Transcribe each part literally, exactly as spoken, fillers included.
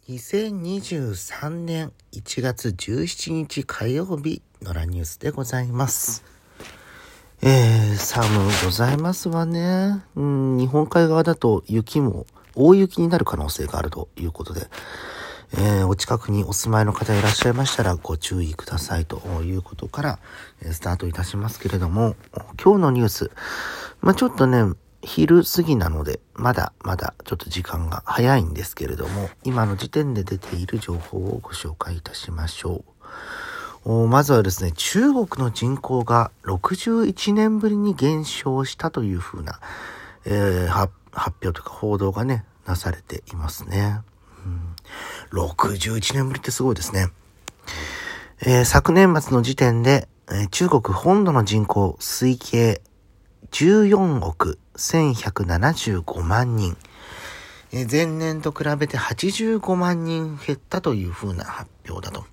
にせんにじゅうさんねんいちがつじゅうしちにち火曜日のらニュースでございます。えー、寒うございますわね。うん、日本海側だと雪も大雪になる可能性があるということで、えー、お近くにお住まいの方いらっしゃいましたらご注意くださいということからスタートいたしますけれども、今日のニュース、まあ、ちょっとね、昼過ぎなので、まだまだちょっと時間が早いんですけれども、今の時点で出ている情報をご紹介いたしましょう。まずはですね、中国の人口がろくじゅういちねんぶりに減少したというふうな、えー、発表というか報道がね、なされていますね。うん、ろくじゅういちねんぶりってすごいですね。えー、昨年末の時点で、えー、中国本土の人口推計じゅうよんおくせんひゃくななじゅうごまんにん、えー、前年と比べてはちじゅうごまんにん減ったというふうな発表だと。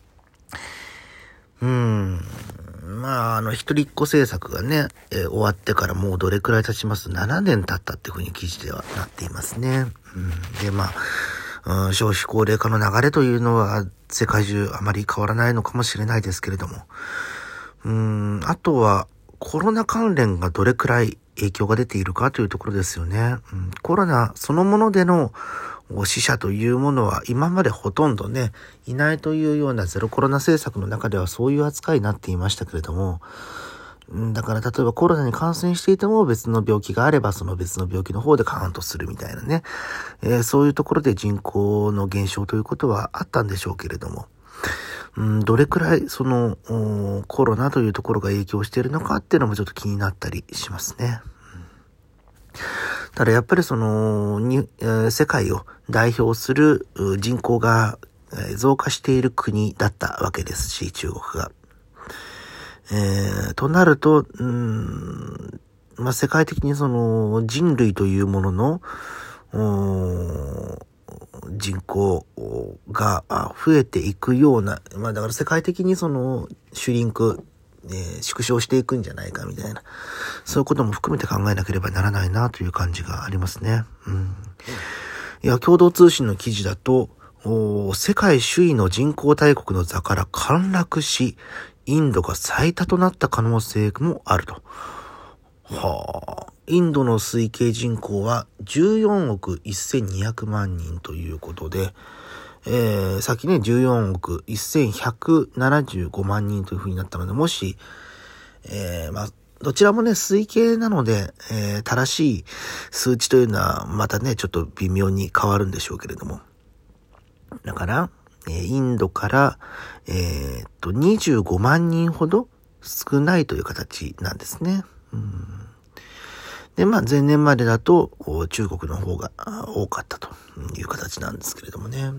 うーんまああの一人っ子政策がね、えー、終わってからもうどれくらい経ちます？ななねん経ったっていうふうに記事ではなっていますね。うん、でまあ、うん、少子高齢化の流れというのは世界中あまり変わらないのかもしれないですけれども、うーんあとはコロナ関連がどれくらい影響が出ているかというところですよね。うん、コロナそのものでの死者というものは今までほとんどね、いないというようなゼロコロナ政策の中ではそういう扱いになっていましたけれども、だから例えばコロナに感染していても別の病気があればその別の病気の方でカウントするみたいなね、えー、そういうところで人口の減少ということはあったんでしょうけれども、うん、どれくらいそのコロナというところが影響しているのかっていうのもちょっと気になったりしますね。うん、ただやっぱりそのに、えー、世界を代表する人口が増加している国だったわけですし、中国が。えー、となると、うーんまあ、世界的にその人類というものの人口が増えていくような、まあだから世界的にそのシュリンク、えー、縮小していくんじゃないかみたいな、そういうことも含めて考えなければならないなという感じがありますね。うん、いや、共同通信の記事だと、世界首位の人口大国の座から陥落し、インドが最多となった可能性もあると。はあ、インドの推計人口はじゅうよんおくせんにひゃくまんにんということで、えー、さっきねじゅうよんおくせんひゃくななじゅうごまんにんという風になったので、もし、えー、まあどちらもね推計なので、えー、正しい数値というのはまたねちょっと微妙に変わるんでしょうけれども、だからインドから、えー、っとにじゅうごまんにんほど少ないという形なんですね。うんで、まあ前年までだと中国の方が多かったという形なんですけれどもね。うん、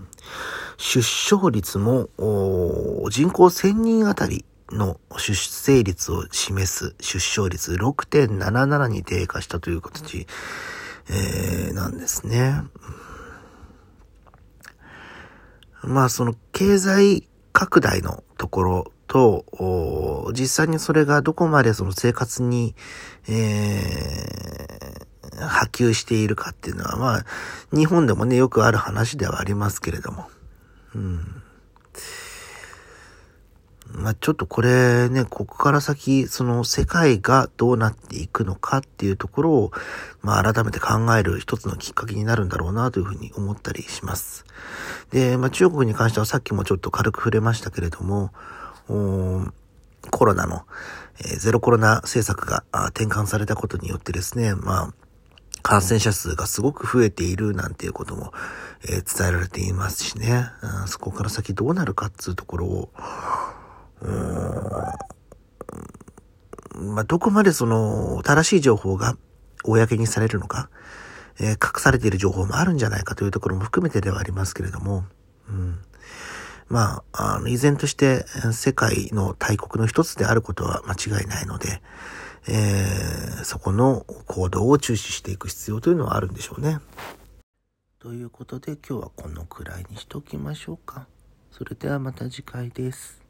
出生率も人口せんにんあたりの出生率を示す出生率 ろくてんなななな に低下したという形、えー、なんですね。まあその経済拡大のところと実際にそれがどこまでその生活に、えー、波及しているかっていうのはまあ日本でもねよくある話ではありますけれども、うんまあちょっとこれね、ここから先その世界がどうなっていくのかっていうところをまあ改めて考える一つのきっかけになるんだろうなというふうに思ったりします。で、まあ中国に関してはさっきもちょっと軽く触れましたけれども、コロナの、えー、ゼロコロナ政策が転換されたことによってですね、まあ感染者数がすごく増えているなんていうことも、えー、伝えられていますしね、うん、そこから先どうなるかっていうところをうーんまあ、どこまでその正しい情報が公にされるのか、えー、隠されている情報もあるんじゃないかというところも含めてではありますけれども、うん、まあ、あの依然として世界の大国の一つであることは間違いないので、えー、そこの行動を注視していく必要というのはあるんでしょうね。ということで今日はこのくらいにしときましょうか。それではまた次回です。